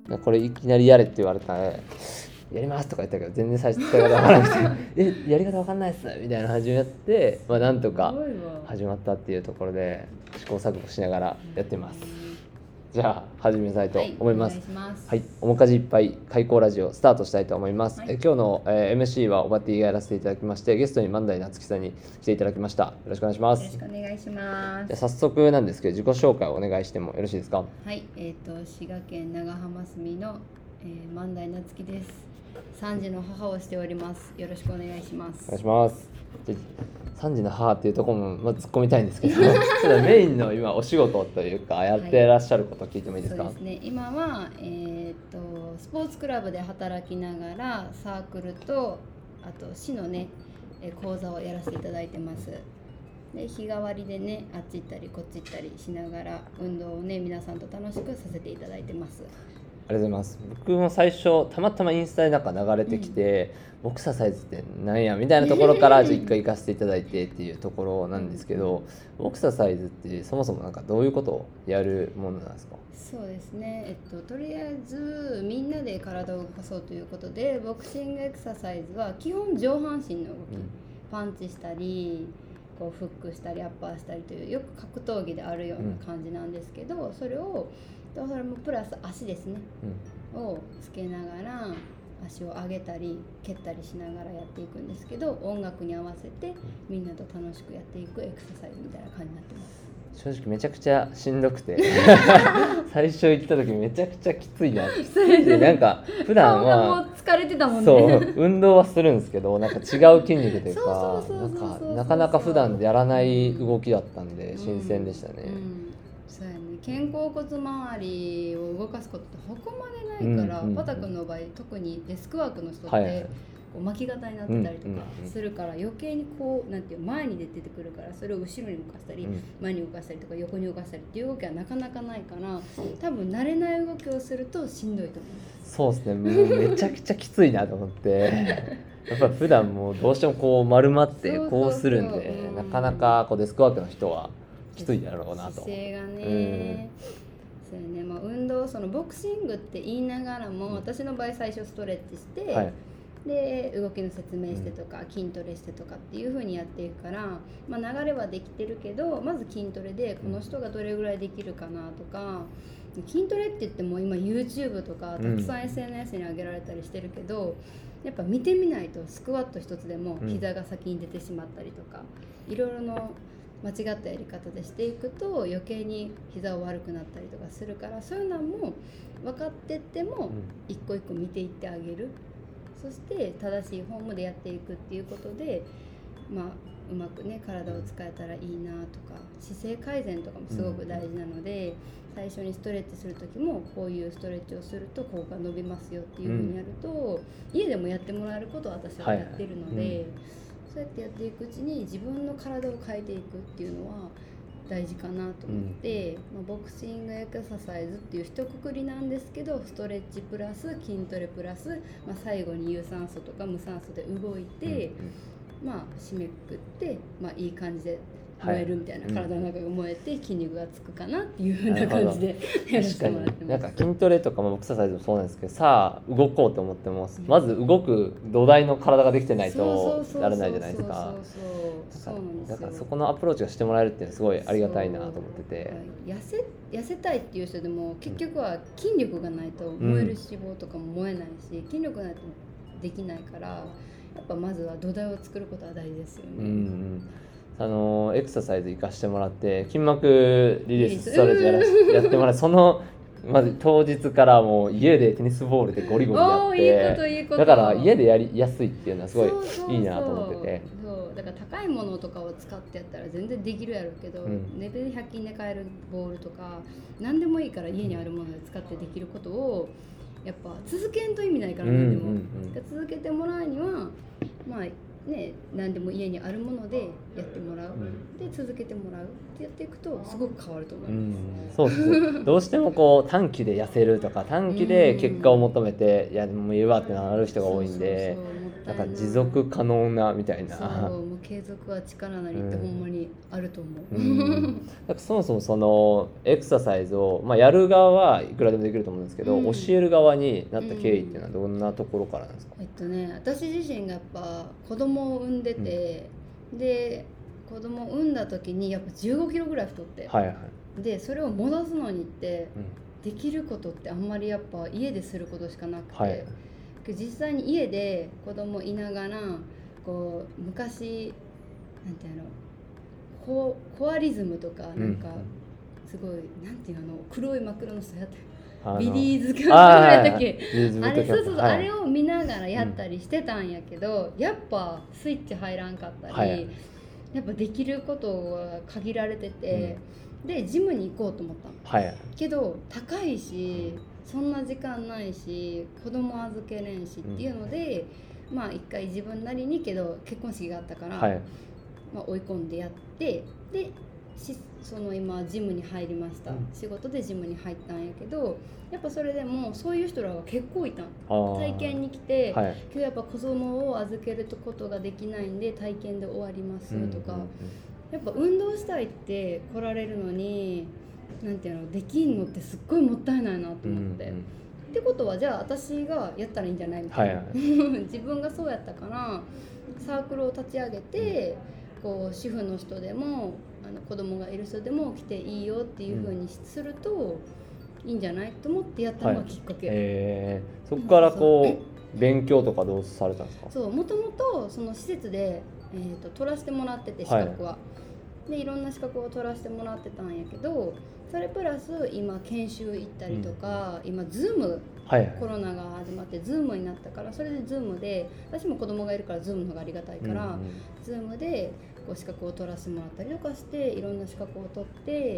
これいきなりやれって言われたらやりますとか言ったけど全然最初使い方わからなくてやり方わかんないっすみたいな始めやって、なんとか始まったっていうところで試行錯誤しながらやってます。じゃあ始めたいと思います。はい、おもかじいっぱい開講ラジオスタートしたいと思います。今日の、MC はおばてぃがやらせていただきまして、ゲストに万代夏樹さんに来ていただきました。よろしくお願いします。 よろしくお願いします。 じゃあ早速なんですけど自己紹介をお願いしてもよろしいですか？ はい、滋賀県長浜住の、万代夏樹です。3児の母をしております。よろしくお願いします。 お願いします。3児の母っていうところも、突っ込みたいんですけどちょっとメインの今お仕事というかやってらっしゃることを聞いてもいいですか？ そうですね、今は、スポーツクラブで働きながらサークルとあと市のね講座をやらせていただいてます。で日替わりでねあっち行ったりこっち行ったりしながら運動をね皆さんと楽しくさせていただいてます。 ありがとうございます。僕も最初たまたまインスタでなんか流れてきて、ボクササイズってなんやみたいなところから一回行かせていただいてっていうところなんですけど、ボクササイズってそもそもなんかどういうことをやるものなんですか？ そうですね、とりあえずみんなで体を動かそうということで、ボクシングエクササイズは基本上半身の動き、パンチしたりこうフックしたりアッパーしたりというよく格闘技であるような感じなんですけど、それもプラス足ですね、をつけながら足を上げたり蹴ったりしながらやっていくんですけど、音楽に合わせてみんなと楽しくやっていくエクササイズみたいな感じになってます。 正直めちゃくちゃしんどくて最初行った時めちゃくちゃきついなってなんか普段はもう疲れてたもんね。 そう運動はするんですけどなんか違う筋肉というかなかなか普段やらない動きだったんで新鮮でしたね。 そうやね、肩甲骨周りを動かすことってここまでないから、パタ君の場合特にデスクワークの人って、こう巻き型になってたりとかするから、余計にこうなんていう前に出てくるから、それを後ろに動かしたり、前に動かしたりとか横に動かしたりっていう動きはなかなかないから、多分慣れない動きをするとしんどいと思います。 そうですね、もうめちゃくちゃきついなと思ってやっぱ普段もうどうしてもこう丸まってこうするんで、なかなかこうデスクワークの人はきついだろうなと。 姿勢がね、そうやね、運動そのボクシングって言いながらも、私の場合最初ストレッチして、で動きの説明してとか、筋トレしてとかっていう風にやっていくから、流れはできてるけど、まず筋トレでこの人がどれぐらいできるかなとか、筋トレって言っても今 YouTube とかたくさん SNS に上げられたりしてるけど、やっぱ見てみないとスクワット一つでも膝が先に出てしまったりとか、いろいろの間違ったやり方でしていくと余計に膝を悪くなったりとかするから、そういうのも分かってっても一個一個見ていってあげる、そして正しいフォームでやっていくっていうことで、うまくね体を使えたらいいなとか、姿勢改善とかもすごく大事なので、最初にストレッチする時もこういうストレッチをすると効果伸びますよっていう風にやると、家でもやってもらえることを私はやってるので、そうやってやっていくうちに自分の体を変えていくっていうのは大事かなと思って、ボクシングエクササイズっていう一括りなんですけど、ストレッチプラス筋トレプラス、最後に有酸素とか無酸素で動いて、締めくくって、いい感じで燃えるみたいな、体の中が燃えて筋肉がつくかなっていう風な感じでやらせてもらってます。 なんか筋トレとかもエクササイズもそうなんですけど、さあ動こうと思っても、まず動く土台の体ができてないとやらないじゃないですか。だからそこのアプローチがしてもらえるっていうのはすごいありがたいなと思ってて、 痩せたいっていう人でも結局は筋力がないと燃える脂肪とかも燃えないし、筋力がないとできないから、やっぱまずは土台を作ることは大事ですよね。 エクササイズ行かしてもらって筋膜リリースストレッチやってもらって、そのまず当日からもう家でテニスボールでゴリゴリやってだから家でやりやすいっていうのはすごいいいなと思ってて、 だから高いものとかを使ってやったら全然できるやろうけど、レベル100均で買えるボールとか何でもいいから家にあるもので使ってできることをやっぱ続けんと意味ないから、何でも続けてもらうには何でも家にあるものでやってもらう、で続けてもらうってやっていくとすごく変わると思います。 そうですどうしてもこう短期で痩せるとか短期で結果を求めて、いやでもいいわってなる人が多いんで、 なんか持続可能なみたいな。 そうもう継続は力なりってほんまにあると思う。 なんかそもそもそのエクササイズを、やる側はいくらでもできると思うんですけど、教える側になった経緯っていうのはどんなところからなんですか？ 私自身がやっぱ子供を産んでて、で子供を産んだ時にやっぱ15キロぐらい太って、でそれを戻すのにって、できることってあんまりやっぱ家ですることしかなくて、実際に家で子供いながらこう昔なんていうのコアリズムとかなんかすごいなんていうの黒い枕の人やってビリーズキャンプぐらいだっけ、あれあれを見ながらやったりしてたんやけど、やっぱスイッチ入らんかったり、やっぱできることは限られてて、でジムに行こうと思ったの、けど高いしそんな時間ないし子供預けれんしっていうので、一回自分なりにけど結婚式があったから、追い込んでやって、でその今ジムに入りました、仕事でジムに入ったんやけど、やっぱそれでもそういう人らが結構いたん。体験に来て、今日やっぱ子供を預けることができないんで体験で終わりますとか、やっぱ運動したいって来られるのになんていうのできんのってすっごいもったいないなと思って、ってことはじゃあ私がやったらいいんじゃないみたいな、自分がそうやったからサークルを立ち上げて、こう主婦の人でも子供がいる人でも来ていいよっていう風にするといいんじゃないと思ってやったのがきっかけ、 そこからこう勉強とかどうされたんですか？ そう、もともとその施設で、取らせてもらってて資格は、でいろんな資格を取らせてもらってたんやけど、それプラス今研修行ったりとか、今 Zoom、コロナが始まって Zoom になったから、それで Zoom で私も子供がいるから Zoom の方がありがたいから、Zoom でこう資格を取らせてもらったりとかしていろんな資格を取って、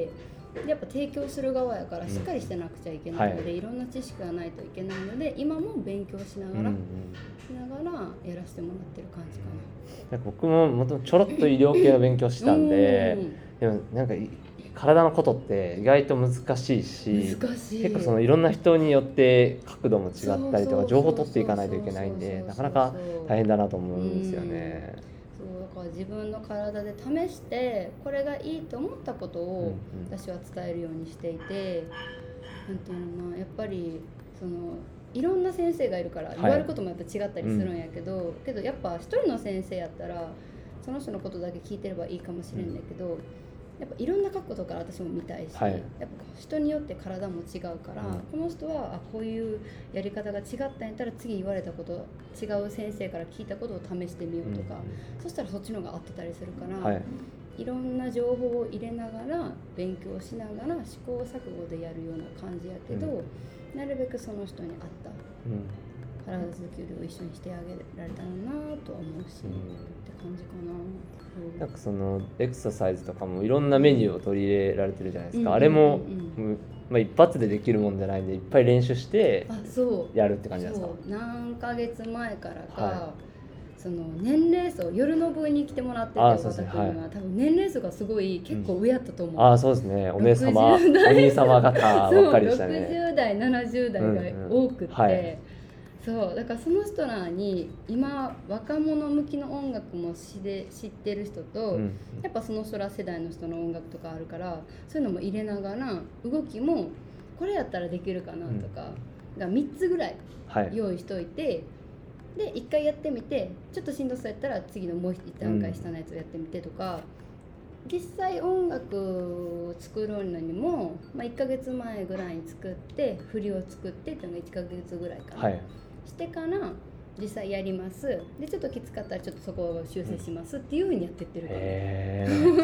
やっぱ提供する側やからしっかりしてなくちゃいけないので、いろんな知識がないといけないので今も勉強しながら、やらせてもらってる感じかな。 なんか僕ももともとちょろっと医療系の勉強したんで、でもなんか体のことって意外と難しいし、結構そのいろんな人によって角度も違ったりとか情報を取っていかないといけないんで、なかなか大変だなと思うんですよね。 だから自分の体で試してこれがいいと思ったことを私は伝えるようにしていて、なんていうのやっぱりそのいろんな先生がいるから言われることもやっぱ違ったりするんやけど、けどやっぱ一人の先生やったらその人のことだけ聞いてればいいかもしれんだけど、やっぱいろんな角度から私も見たいし、やっぱ人によって体も違うから、この人はこういうやり方が違ったんやったら次言われたこと違う先生から聞いたことを試してみようとか、そしたらそっちの方が合ってたりするから、いろんな情報を入れながら勉強しながら試行錯誤でやるような感じやけど、なるべくその人に合った体作りを一緒にしてあげられたらなとは思うし、って感じかな。 なんかそのエクササイズとかもいろんなメニューを取り入れられてるじゃないですか、あれも、一発でできるもんじゃないんでいっぱい練習してやるって感じなんですか？ 何ヶ月前からか、その年齢層夜の部に来てもらってて、多分年齢層がすごい結構上やったと思う。 そうですね、お姉様お兄様方ばっかりでしたね。 60代70代が多くて、そうだからその人らに今若者向きの音楽も知ってる人と、やっぱその人ら世代の人の音楽とかあるから、そういうのも入れながら動きもこれやったらできるかなとか、3つぐらい用意しといて、で1回やってみてちょっとしんどそうやったら次のもう1段階下のやつをやってみてとか、実際音楽を作るのにも、1ヶ月前ぐらいに作って振りを作ってっていうのが1ヶ月ぐらいかな、してから実際やります。でちょっときつかったらちょっとそこを修正しますっていう風にやってってるから。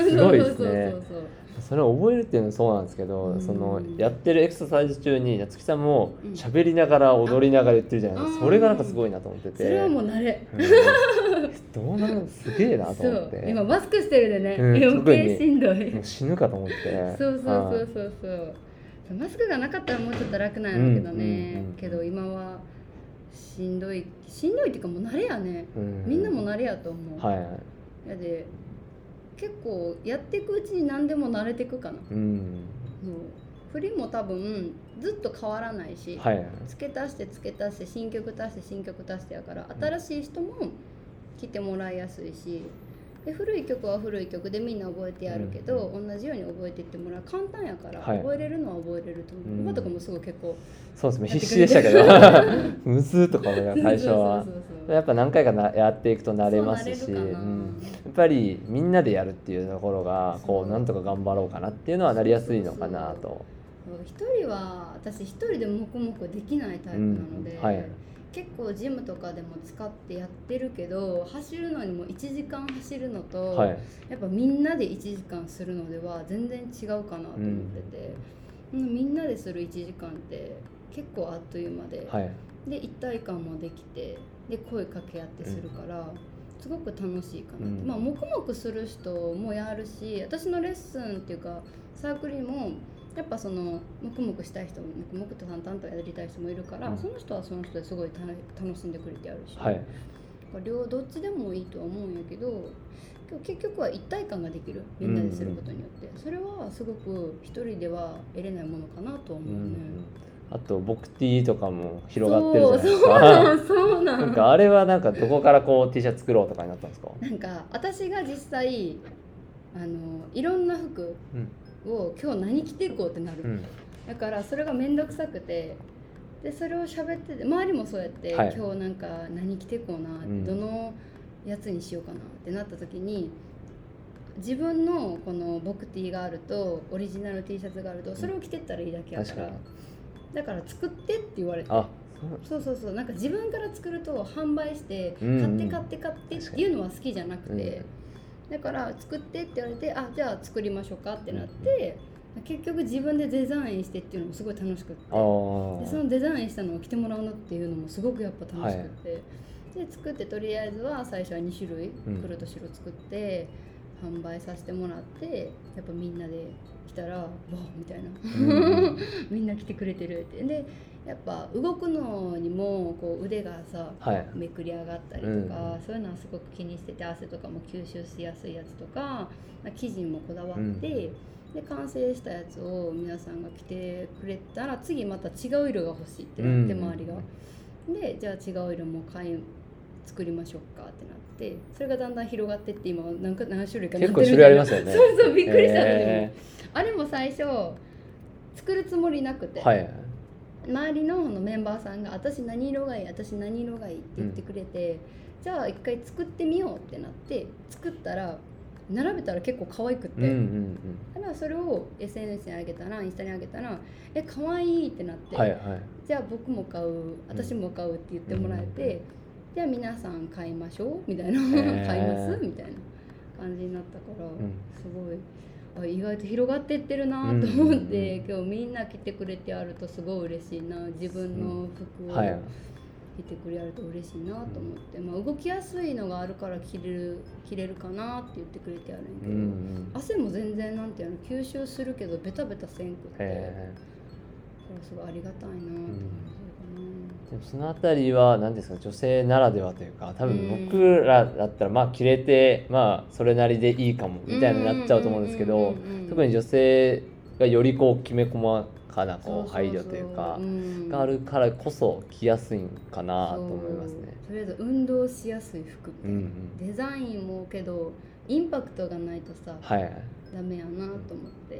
すごいですね。それを覚えるっていうのもそうなんですけど、そのやってるエクササイズ中に夏木さんも喋りながら踊りながら言ってるじゃないですか。それがなんかすごいなと思ってて。 それはもう慣れ。 どうなのすげえなと思って。 今マスクしてるでね、余計しんどい。 もう死ぬかと思って。 そうマスクがなかったらもうちょっと楽なんだけどね。けど今はしんどいっていうかもう慣れやね、みんなも慣れやと思う。やで結構やっていくうちに何でも慣れていくかな。 振りも多分ずっと変わらないし、 はい、 付け足して付け足して新曲足して新曲足してやから新しい人も来てもらいやすいし、で古い曲は古い曲でみんな覚えてやるけど、同じように覚えていってもらう簡単やから、覚えれるのは覚えれると思う。馬とかもすごい結構そうですね、必死でしたけどむずとかも最初はやっぱ何回かやっていくと慣れますし、やっぱりみんなでやるっていうところがこうなんとか頑張ろうかなっていうのはなりやすいのかなと。 一人は私一人で黙々できないタイプなので、結構ジムとかでも使ってやってるけど、走るのにも1時間走るのと、やっぱみんなで1時間するのでは全然違うかなと思ってて、みんなでする1時間って結構あっという間で、で一体感もできて、で声かけ合ってするから、すごく楽しいかなって、黙々する人もやるし、私のレッスンっていうかサークルにもやっぱその黙々したい人も黙々と淡々とやりたい人もいるから、その人はその人ですごい楽しんでくれてやるし、どっちでもいいとは思うんやけど、結局は一体感ができる、みんなですることによって、それはすごく一人では得れないものかなと思うね。 あとボクティとかも広がってるじゃないですか。 そうなんかあれはなんかどこからこう T シャツ作ろうとかになったんですか？ なんか私が実際いろんな服を今日何着ていこうってなる、だからそれが面倒くさくて、でそれを喋ってて、周りもそうやって、今日なんか何着ていこうなって、どのやつにしようかなってなった時に、自分のこのボクティがあると、オリジナル T シャツがあると、それを着てったらいいだけやから、だから作ってって言われて、そうなんか自分から作ると販売して買ってっていうのは好きじゃなくて、だから作ってって言われて、じゃあ作りましょうかってなって、結局自分でデザインしてっていうのもすごい楽しくって、でそのデザインしたのを着てもらうのっていうのもすごくやっぱ楽しくって、で作って、とりあえずは最初は2種類黒と白作って販売させてもらって、やっぱみんなで来たらわーみたいな、みんな来てくれてるって。でやっぱ動くのにもこう腕がさ、めくり上がったりとか、そういうのはすごく気にしてて、汗とかも吸収しやすいやつとか、生地もこだわって、で完成したやつを皆さんが着てくれたら、次また違う色が欲しいってなって、周りがで、じゃあ違う色も作りましょうかってなって、それがだんだん広がってって、今何種類かなってる。 結構種類ありますよね。 そうびっくりしたので、あれも最初作るつもりなくて、周りのメンバーさんが私何色がいいって言ってくれて、じゃあ一回作ってみようってなって、作ったら並べたら結構可愛くって、だからそれを SNS に上げたら、インスタに上げたら可愛いってなって、じゃあ僕も買う、私も買うって言ってもらえて、じゃあ皆さん買いましょうみたいな、買いますみたいな感じになったから、すごい意外と広がってってるなと思って、今日みんな来てくれてあるとすごい嬉しいな、自分の服を着てくれると嬉しいなと思って、動きやすいのがあるから着れるかなって言ってくれてあるんやけど、汗も全然なんていうの、吸収するけどベタベタせんくって、すごいありがたいなって感じかな。 でもそのあたりは何ですか、女性ならではというか、多分僕らだったら着れてそれなりでいいかもみたいになっちゃうと思うんですけど、特に女性がよりこうきめ細かな配慮というかがあるからこそ着やすいんかなと思いますね。 とりあえず運動しやすい服って、デザインもけどインパクトがないとさ、ダメやなと思って、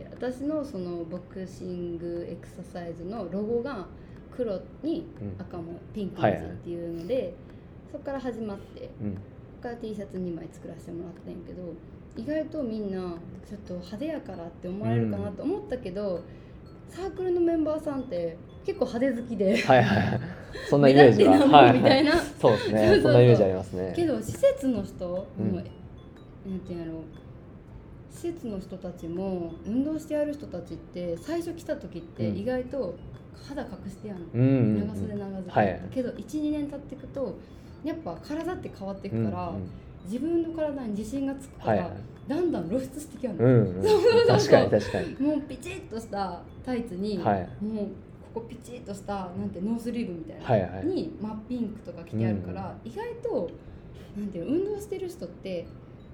私のそのボクシングエクササイズのロゴが黒に赤もピンクの字っていうので、そこから始まって、そこから T シャツ2枚作らせてもらったんやけど、意外とみんなちょっと派手やからって思われるかなと思ったけど、サークルのメンバーさんって結構派手好きで、 そんなイメージはみたいな、 そうですね、そんなイメージありますね。 けど施設の人、なんていうやろう、施設の人たちも運動してやる人たちって最初来た時って意外と肌隠してやんの、長袖けど 1,2 年経っていくとやっぱ体って変わっていくから、自分の体に自信がつくから、だんだん露出してきやんの、 確かにもうピチッとしたタイツに、もうここピチッとしたなんてノースリーブみたいなに真っピンクとか着てあるから、意外となんていう運動してる人って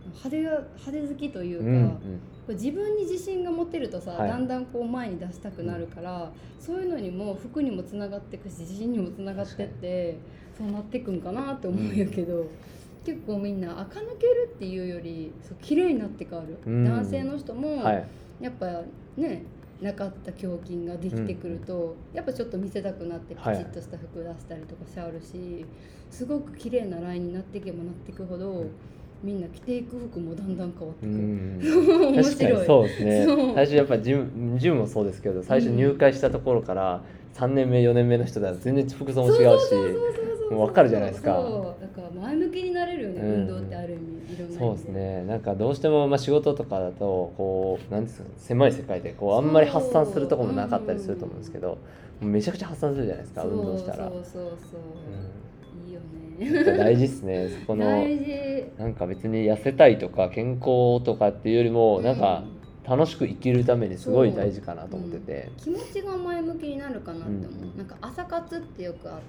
派手好きというか、自分に自信が持てるとさ、だんだんこう前に出したくなるから、そういうのにも服にもつながっていくし自信にもつながってってそうなっていくんかなって思うんやけど、結構みんな垢抜けるっていうより綺麗になって変わる、男性の人もやっぱねなかった胸筋ができてくると、やっぱちょっと見せたくなってピチッとした服出したりとかしあるし、すごく綺麗なラインになっていけばなっていくほど、みんな着ていく服もだんだん変わってくる。面白い。 確かにそうですね。最初やっぱジムもそうですけど、最初入会したところから3年目4年目の人だと全然服装も違うし、もう分かるじゃないですか。 そうだから前向きになれるよね、運動ってある意味いろんな意味で。 そうですね。なんかどうしても仕事とかだとこうなんですか、狭い世界でこうあんまり発散するところもなかったりすると思うんですけど、めちゃくちゃ発散するじゃないですか、運動したら。 そういいよね。 大事ですね。そこのなんか別に痩せたいとか健康とかっていうよりも、なんか楽しく生きるためにすごい大事かなと思ってて、 気持ちが前向きになるかなって思う。なんか朝活ってよくあって、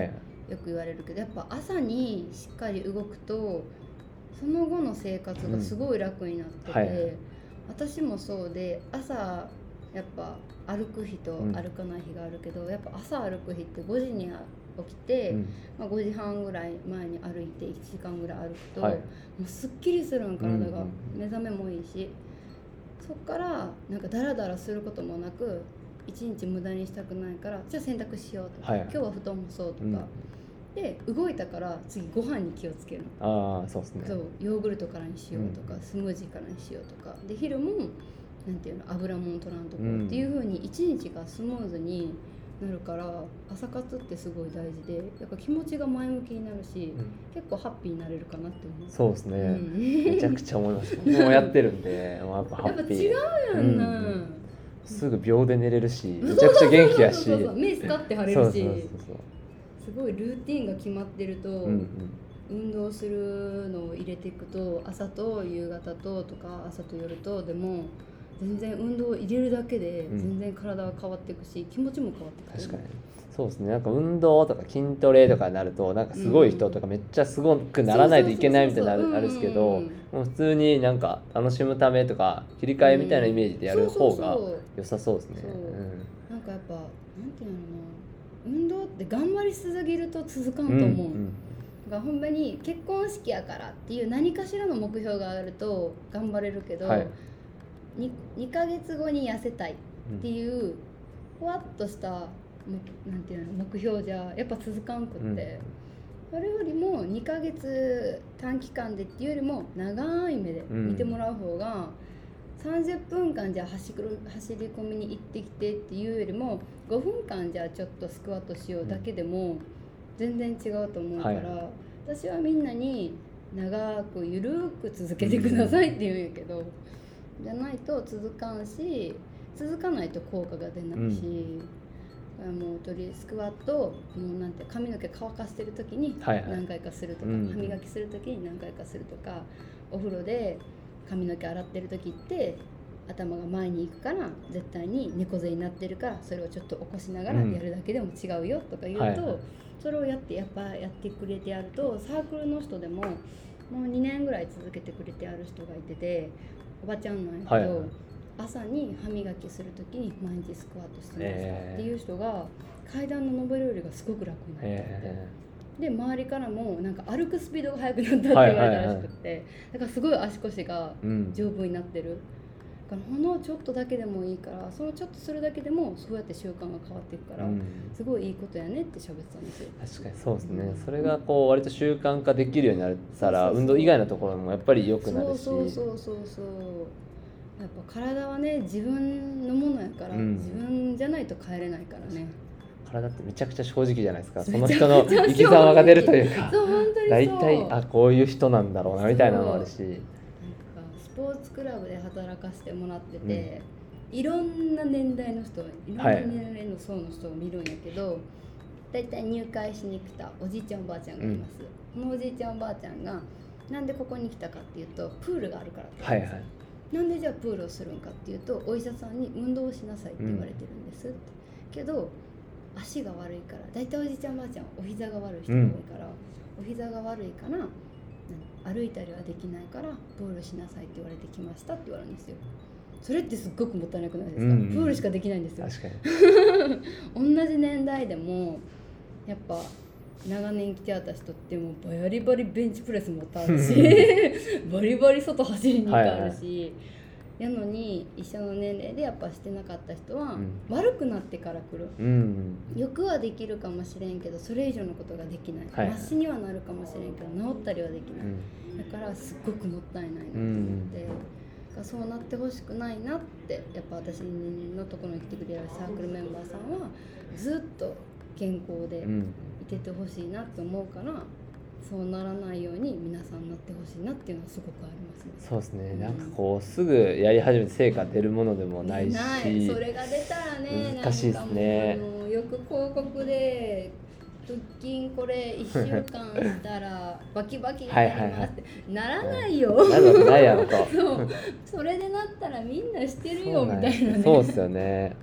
よく言われるけど、やっぱ朝にしっかり動くとその後の生活がすごい楽になってて、私もそうで、朝やっぱ歩く日と歩かない日があるけど、やっぱ朝歩く日って5時に起きて、5時半ぐらい前に歩いて1時間ぐらい歩くと、もうすっきりするん、体が、目覚めもいいし、そっからなんかダラダラすることもなく、一日無駄にしたくないから、じゃあ洗濯しようとか、今日は布団もそうとか、で動いたから次ご飯に気をつけるの。そうですね。 そう、ヨーグルトからにしようとか、スムージーからにしようとかで、昼もなんていうの、油もん取らんとこっていう風に一日がスムーズになるから、朝活ってすごい大事で、やっぱ気持ちが前向きになるし、結構ハッピーになれるかなって思う。 そうですね、めちゃくちゃ思います。僕もやってるんで、やっぱハッピー。 やっぱ違うやんな、 すぐ秒で寝れるし、めちゃくちゃ元気やし、 目スカって腫れるし、すごいルーティンが決まってると、運動するのを入れていくと、朝と夕方とか朝と夜とでも全然運動を入れるだけで全然体は変わっていくし、気持ちも変わってくる。 確かにそうですね。なんか運動とか筋トレとかになると、なんかすごい人とかめっちゃすごくならないといけないみたいなのあるんですけど、もう普通になんか楽しむためとか切り替えみたいなイメージでやる方が良さそうですね。 なんかやっぱなんていうのかな、運動って頑張りしすぎると続かんと思う。だからほんまに結婚式やからっていう何かしらの目標があると頑張れるけど、2ヶ月後に痩せたいっていうふわっとしたなんていうの目標じゃやっぱ続かんくって、それよりも2ヶ月短期間でっていうよりも長い目で見てもらう方が、30分間じゃあ走り込みに行ってきてっていうよりも5分間じゃあちょっとスクワットしようだけでも全然違うと思うから、私はみんなに長くゆるく続けてくださいって言うんやけど、じゃないと続かんし、続かないと効果が出ないし、もうスクワットもうなんて髪の毛乾かしてる時に何回かするとか、歯磨きする時に何回かするとか、お風呂で髪の毛洗ってる時って頭が前に行くから絶対に猫背になってるから、それをちょっと起こしながらやるだけでも違うよとか言うと、それをやってくれてやると、サークルの人でももう2年ぐらい続けてくれてある人がいてて、おばちゃんなんやけど、朝に歯磨きする時に毎日スクワットしてましたっていう人が階段の上り下りがすごく楽になってて、で周りからもなんか歩くスピードが速くなったって言われたらしくって、だからすごい足腰が丈夫になってる。だからほんのちょっとだけでもいいから、そのちょっとするだけでもそうやって習慣が変わっていくから、すごいいいことやねって喋ってたんですよ。 確かにそうですね。それがこう割と習慣化できるようになったら、運動以外のところもやっぱり良くなるし。 そうやっぱ体はね、自分のものやから、自分じゃないと変えれないからね。 体ってめちゃくちゃ正直じゃないですか。その人の生き様が出るというか、大体こういう人なんだろうなみたいなのもあるし、なんかスポーツクラブで働かせてもらってて、いろんな年代の人、いろんな年齢の層の人を見るんやけど、大体入会しに来たおじいちゃんおばあちゃんがいます。このおじいちゃんおばあちゃんがなんでここに来たかっていうと、プールがあるからって言うんですよ。なんでじゃあプールをするんかっていうと、お医者さんに運動をしなさいって言われてるんですって、けど足が悪いから、だいたいおじいちゃんおばあちゃんお膝が悪い人が多いから、お膝が悪いから歩いたりはできないからプールしなさいって言われてきましたって言われるんですよ。それってすっごくもったいなくないですか、プールしかできないんですよ。 確かに同じ年代でもやっぱ長年来てあった人ってもうバリバリベンチプレスもあるしバリバリ外走りに行かあるし、やのに一緒の年齢でやっぱしてなかった人は、悪くなってから来る、欲はできるかもしれんけどそれ以上のことができない、マシにはなるかもしれんけど治ったりはできない、だからすっごくもったいないなと思って、そうなってほしくないなって、やっぱ私のところに来てくれるサークルメンバーさんはずっと健康でいててほしいなって思うから、そうならないように皆さんなってほしいなっていうのはすごくありますね。 そうですね、なんかこうすぐやり始めて成果出るものでもないし、 それが出たらね、 難しいですね。 よく広告で腹筋これ1週間したらバキバキになりますってならないよ、 なるわけないやろとそうそれでなったらみんなしてるよみたいなね。 そうですよね。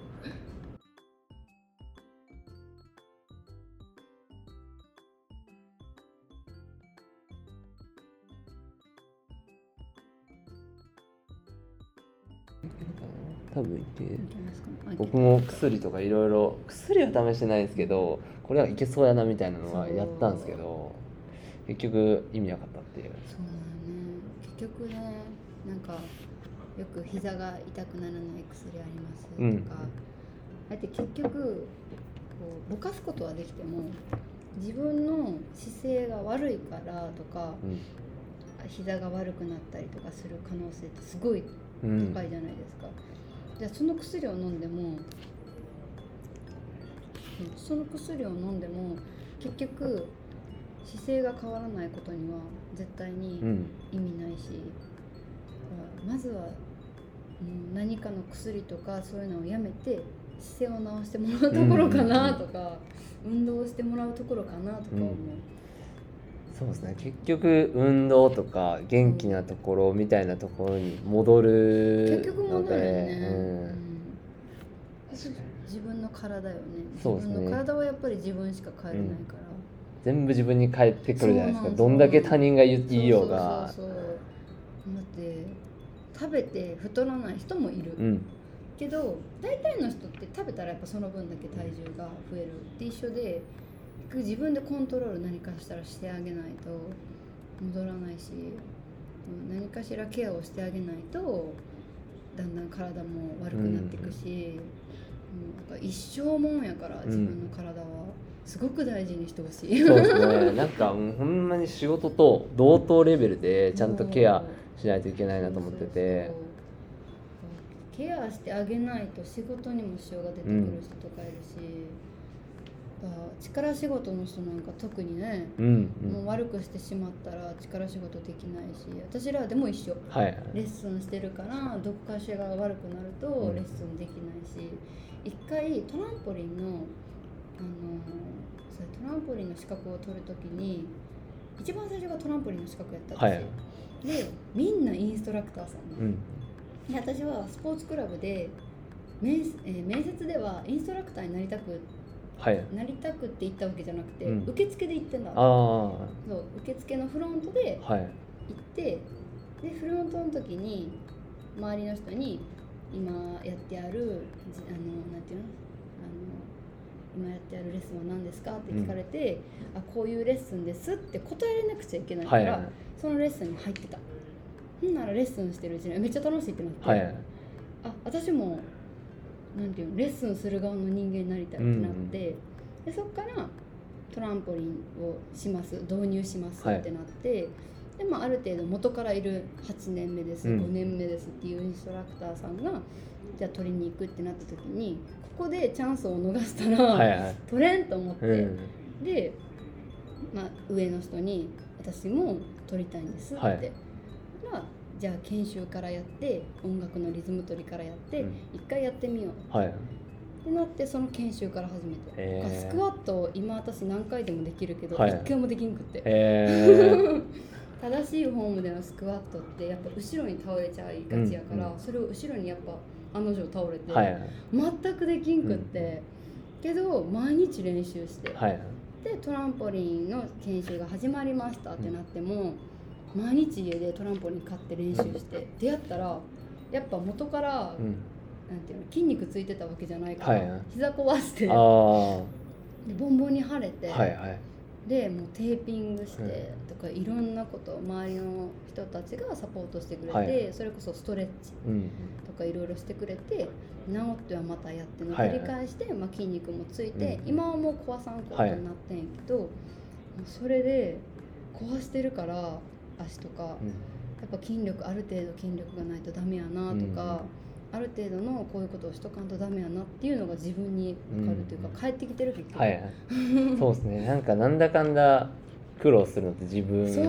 多分いけ僕も薬とかいろいろ、薬は試してないんですけどこれはいけそうやなみたいなのはやったんですけど結局意味なかったっていう。 そうだね、結局ね、なんかよく膝が痛くならない薬ありますとか、あえて結局こうぼかすことはできても自分の姿勢が悪いからとか、膝が悪くなったりとかする可能性ってすごい高いじゃないですか、じゃあその薬を飲んでも結局姿勢が変わらないことには絶対に意味ないし、まずは何かの薬とかそういうのをやめて姿勢を直してもらうところかなとか、運動してもらうところかなとか思う、 そうですね、結局運動とか元気なところみたいなところに戻る結局戻るよね、自分の体よね。自分の体はやっぱり自分しか変えれないから、 全部自分に返ってくるじゃないですか。どんだけ他人が言いようが。 そうだって食べて太らない人もいる、けど大体の人って食べたらやっぱその分だけ体重が増えるって一緒で、自分でコントロール何かしたらしてあげないと戻らないし、何かしらケアをしてあげないとだんだん体も悪くなっていくし、なんか一生もんやから自分の体はすごく大事にしてほしい。 そうですね、なんかもうほんまに仕事と同等レベルでちゃんとケアしないといけないなと思ってて、 ケアしてあげないと仕事にも支障が出てくる人とかいるし、力仕事の人なんか特にね、もう悪くしてしまったら力仕事できないし、私らでも一緒、レッスンしてるからどこかしらが悪くなるとレッスンできないし、一回トランポリンの資格を取るときに一番最初がトランポリンの資格やったんですよ、でみんなインストラクターさんで、私はスポーツクラブで面接ではインストラクターになりたくって言ったわけじゃなくて、受付で行ってんだ。そう受付のフロントで行って、でフロントの時に周りの人に今やってあるなんていうの、今やってあるレッスンは何ですかって聞かれて、こういうレッスンですって答えれなくちゃいけないから、そのレッスンに入ってた。ほんならレッスンしてるうちにめっちゃ楽しいってなって、私もなんていうの、レッスンする側の人間になりたいってなって、でそっからトランポリンをします導入しますってなって、である程度元からいる8年目です、5年目ですっていうインストラクターさんがじゃあ取りに行くってなった時に、ここでチャンスを逃したら、取れんと思って、で、上の人に私も取りたいんですって、じゃあ研修からやって音楽のリズム取りからやって一回やってみようってなって、その研修から始めて、スクワット今私何回でもできるけど一回もできんくって、正しいフォームでのスクワットってやっぱ後ろに倒れちゃいがちやから、それを後ろにやっぱ案の定倒れて、全くできんくって、けど毎日練習して、でトランポリンの研修が始まりましたってなっても、 毎日家でトランポリン買って練習して出会ったらやっぱ元から、なんていうの筋肉ついてたわけじゃないから、膝壊してでボンボンに腫れて、でもうテーピングしてとかいろんなこと周りの人たちがサポートしてくれて、それこそストレッチとかいろいろしてくれて治ってはまたやっての繰り返して、筋肉もついて、今はもう壊さんことになってんけど、それで壊してるから足とか、やっぱ筋力ある程度筋力がないとダメやなとか、ある程度のこういうことをしとかんとダメやなっていうのが自分に分かるというか、帰ってきてる結局、 そうですね。なんかなんだかんだ苦労するのって自分ですし、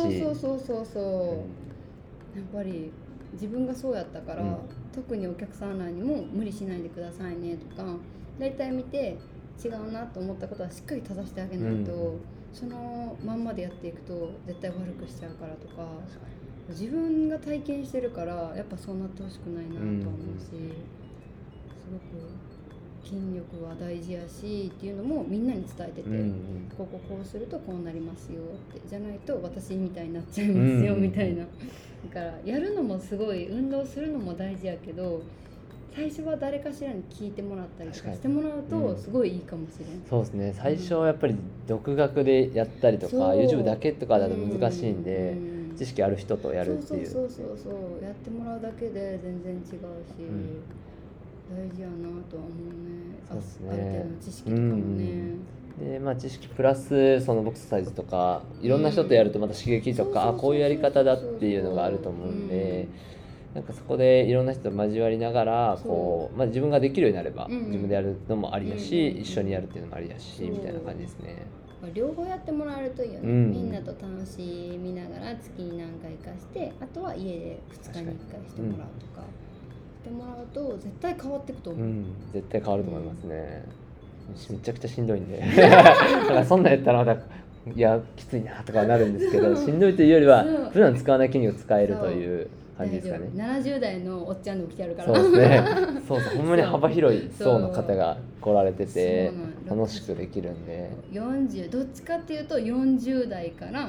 やっぱり自分がそうやったから、特にお客さんらにも無理しないでくださいねとか、だいたい見て違うなと思ったことはしっかり正してあげないと、そのまんまでやっていくと絶対悪くしちゃうからとか、自分が体験してるからやっぱそうなってほしくないなと思うし、すごく筋力は大事やしっていうのもみんなに伝えてて、こうするとこうなりますよって、じゃないと私みたいになっちゃいますよみたいな。だからやるのもすごい運動するのも大事やけど、最初は誰かしらに聞いてもらったりとかしてもらうとすごいいいかもしれない。 そうですね。最初はやっぱり独学でやったりとか、YouTube だけとかだと難しいんで、知識ある人とやるっていう。 そうやってもらうだけで全然違うし、大事やなとは思うね。ある程度の知識とかもね。 で知識プラスそのボクササイズとかいろんな人とやるとまた刺激とか、こういうやり方だっていうのがあると思うんで、なんかそこでいろんな人と交わりながらこう、自分ができるようになれば自分でやるのもありだし、一緒にやるっていうのもありだし、みたいな感じですね。 両方やってもらえるといいよね、みんなと楽しみながら月に何回かして、あとは家で2日に1回してもらうとか、してもらうと絶対変わっていくと思う。 絶対変わると思いますね。めちゃくちゃしんどいんでだからそんなんやったらまたいやきついなとかなるんですけど、しんどいというよりは普段使わない筋肉を使えるという感じですかね。 70代のおっちゃんで起きてあるからそうですね。ほんまに幅広い層の方が来られてて楽しくできるんで、 40どっちかっていうと40代から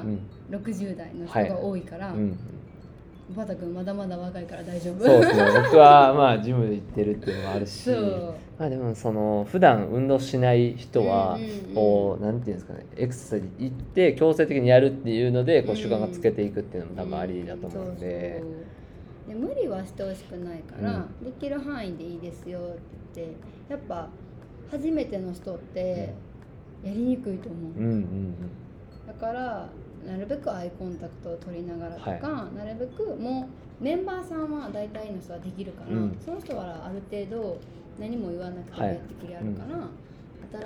60代の人が多いから、小畑君まだまだ若いから大丈夫。 そうですね。僕はジムで行ってるっていうのもあるし、でもその普段運動しない人はこうなんていうんですかね、エクササイズ行って強制的にやるっていうのでこう習慣がつけていくっていうのも多分ありだと思うんで、 で無理はしてほしくないから、できる範囲でいいですよって言って、やっぱ初めての人ってやりにくいと思う。だからなるべくアイコンタクトを取りながらとか、なるべくもうメンバーさんは大体の人はできるから、その人はある程度何も言わなくてもやってくれるから、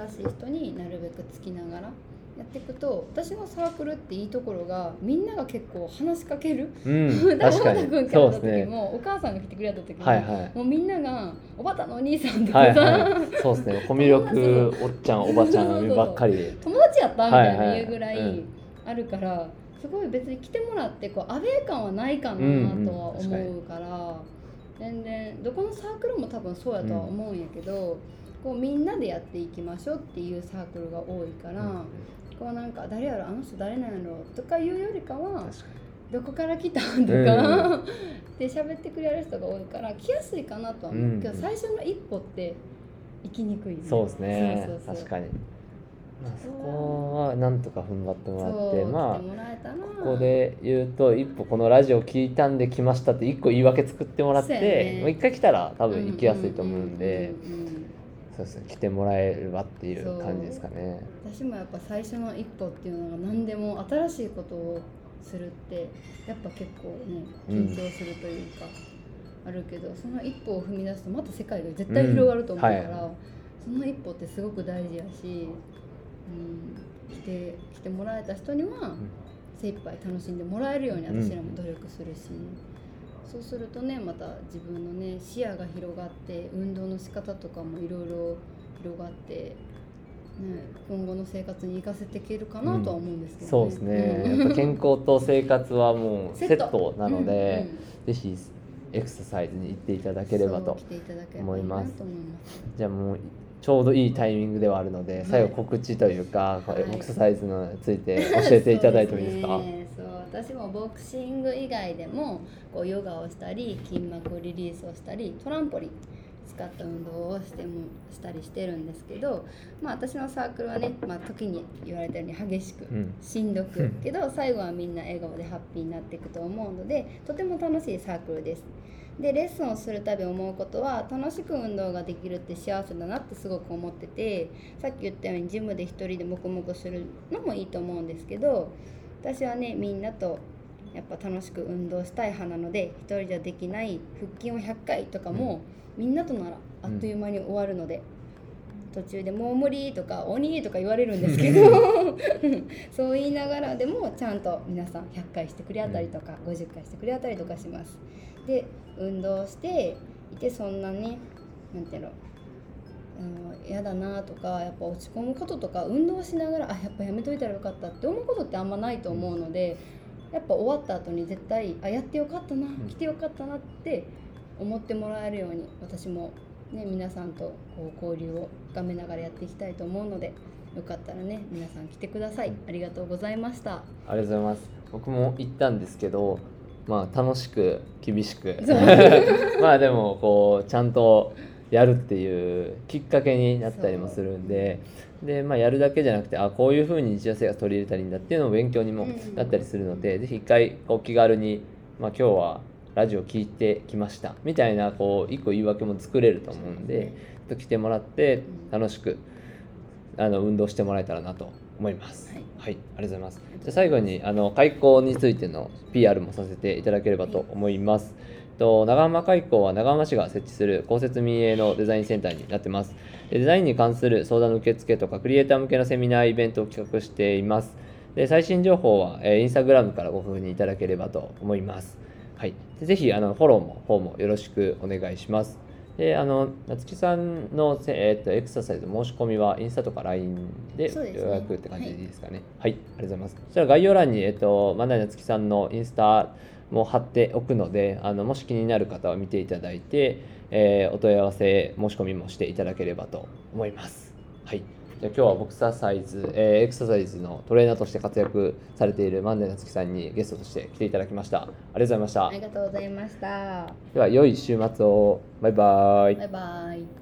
新しい人になるべくつきながらやっていくと、私のサークルっていいところがみんなが結構話しかける。 確かに君からった時も、お母さんが来てくれた時も、もうみんながおばたのお兄さんとかさ、 そうですね、コミュ力おっちゃんおばちゃんばっかり友達やったみたいな言うぐらいあるから、すごい別に来てもらってこうアウェー感はないかなとは思うから、全然どこのサークルも多分そうやとは思うんやけど、こうみんなでやっていきましょうっていうサークルが多いから、こうなんか誰やろ、あの人誰なんやろとかいうよりかは、どこから来たんとかで喋ってくれる人が多いから来やすいかなとは思うけど、最初の一歩って行きにくいね。 そうですね。確かに。そこはなんとか踏ん張ってもらって、ここで言うと一歩このラジオ聞いたんで来ましたって一個言い訳作ってもらって、もう一回来たら多分行きやすいと思うんで、そうですね、来てもらえればっていう感じですかね。 私もやっぱ最初の一歩っていうのが何でも新しいことをするってやっぱ結構ね緊張するというか、あるけど、その一歩を踏み出すとまた世界が絶対広がると思うから、その一歩ってすごく大事やし、来てもらえた人には精一杯楽しんでもらえるように私らも努力するし、そうするとね、また自分のね視野が広がって、運動の仕方とかもいろいろ広がって、今後の生活に生かせていけるかなとは思うんですけどね。 そうですね。やっぱ健康と生活はもうセットなので、ぜひエクササイズに行っていただければと思います。じゃあもうちょうどいいタイミングではあるので、最後告知というか、エクササイズについて教えていただいてもいいですか？ そう、私もボクシング以外でもこうヨガをしたり筋膜リリースをしたりトランポリン使った運動をしたりしてるんですけど、私のサークルはね、時に言われたように激しく、しんどくけど最後はみんな笑顔でハッピーになっていくと思うので、とても楽しいサークルです。でレッスンをするたび思うことは、楽しく運動ができるって幸せだなってすごく思ってて、さっき言ったようにジムで一人で黙々するのもいいと思うんですけど、私はねみんなとやっぱ楽しく運動したい派なので、一人じゃできない腹筋を100回とかも、みんなとならあっという間に終わるので、途中でもう無理とか鬼とか言われるんですけどそう言いながらでもちゃんと皆さん100回してくれたりとか、50回してくれたりとかします。で運動していて、そんなねなんていうの嫌だなとか、やっぱ落ち込むこととか、運動しながらやっぱやめといたらよかったって思うことってあんまないと思うので、やっぱ終わった後に絶対やってよかったな、来てよかったなって思ってもらえるように、私もね皆さんとこう交流を深めながらやっていきたいと思うので、よかったらね皆さん来てください。ありがとうございました。 ありがとうございます。僕も行ったんですけど、楽しく厳しくでもこうちゃんとやるっていうきっかけになったりもするんで、やるだけじゃなくて、こういう風に日常生活取り入れたらいいんだっていうのも勉強にもなったりするので、ぜひ一回お気軽に、今日はラジオ聞いてきましたみたいな一個言い訳も作れると思うんで、来てもらって楽しく運動してもらえたらなと思います。はい、ありがとうございます。じゃあ最後に開講についての PR もさせていただければと思います。長浜開講は長浜市が設置する公設民営のデザインセンターになってます。デザインに関する相談の受付とかクリエイター向けのセミナーイベントを企画しています。で最新情報はインスタグラムからご確認いただければと思います。はい、ぜひフォローもよろしくお願いします。で夏木さんの、エクササイズ申し込みはインスタとか LINE で予約って感じでいいですかね。はい、ありがとうございます。そしたら概要欄に万代夏木さんのインスタも貼っておくので、もし気になる方は見ていただいて、お問い合わせ申し込みもしていただければと思います。はい。じゃあ今日はボクササイズ、エクササイズのトレーナーとして活躍されている万代夏樹さんにゲストとして来ていただきました。ありがとうございました。 ありがとうございました。 では良い週末を。バイバイ。 バイバイ。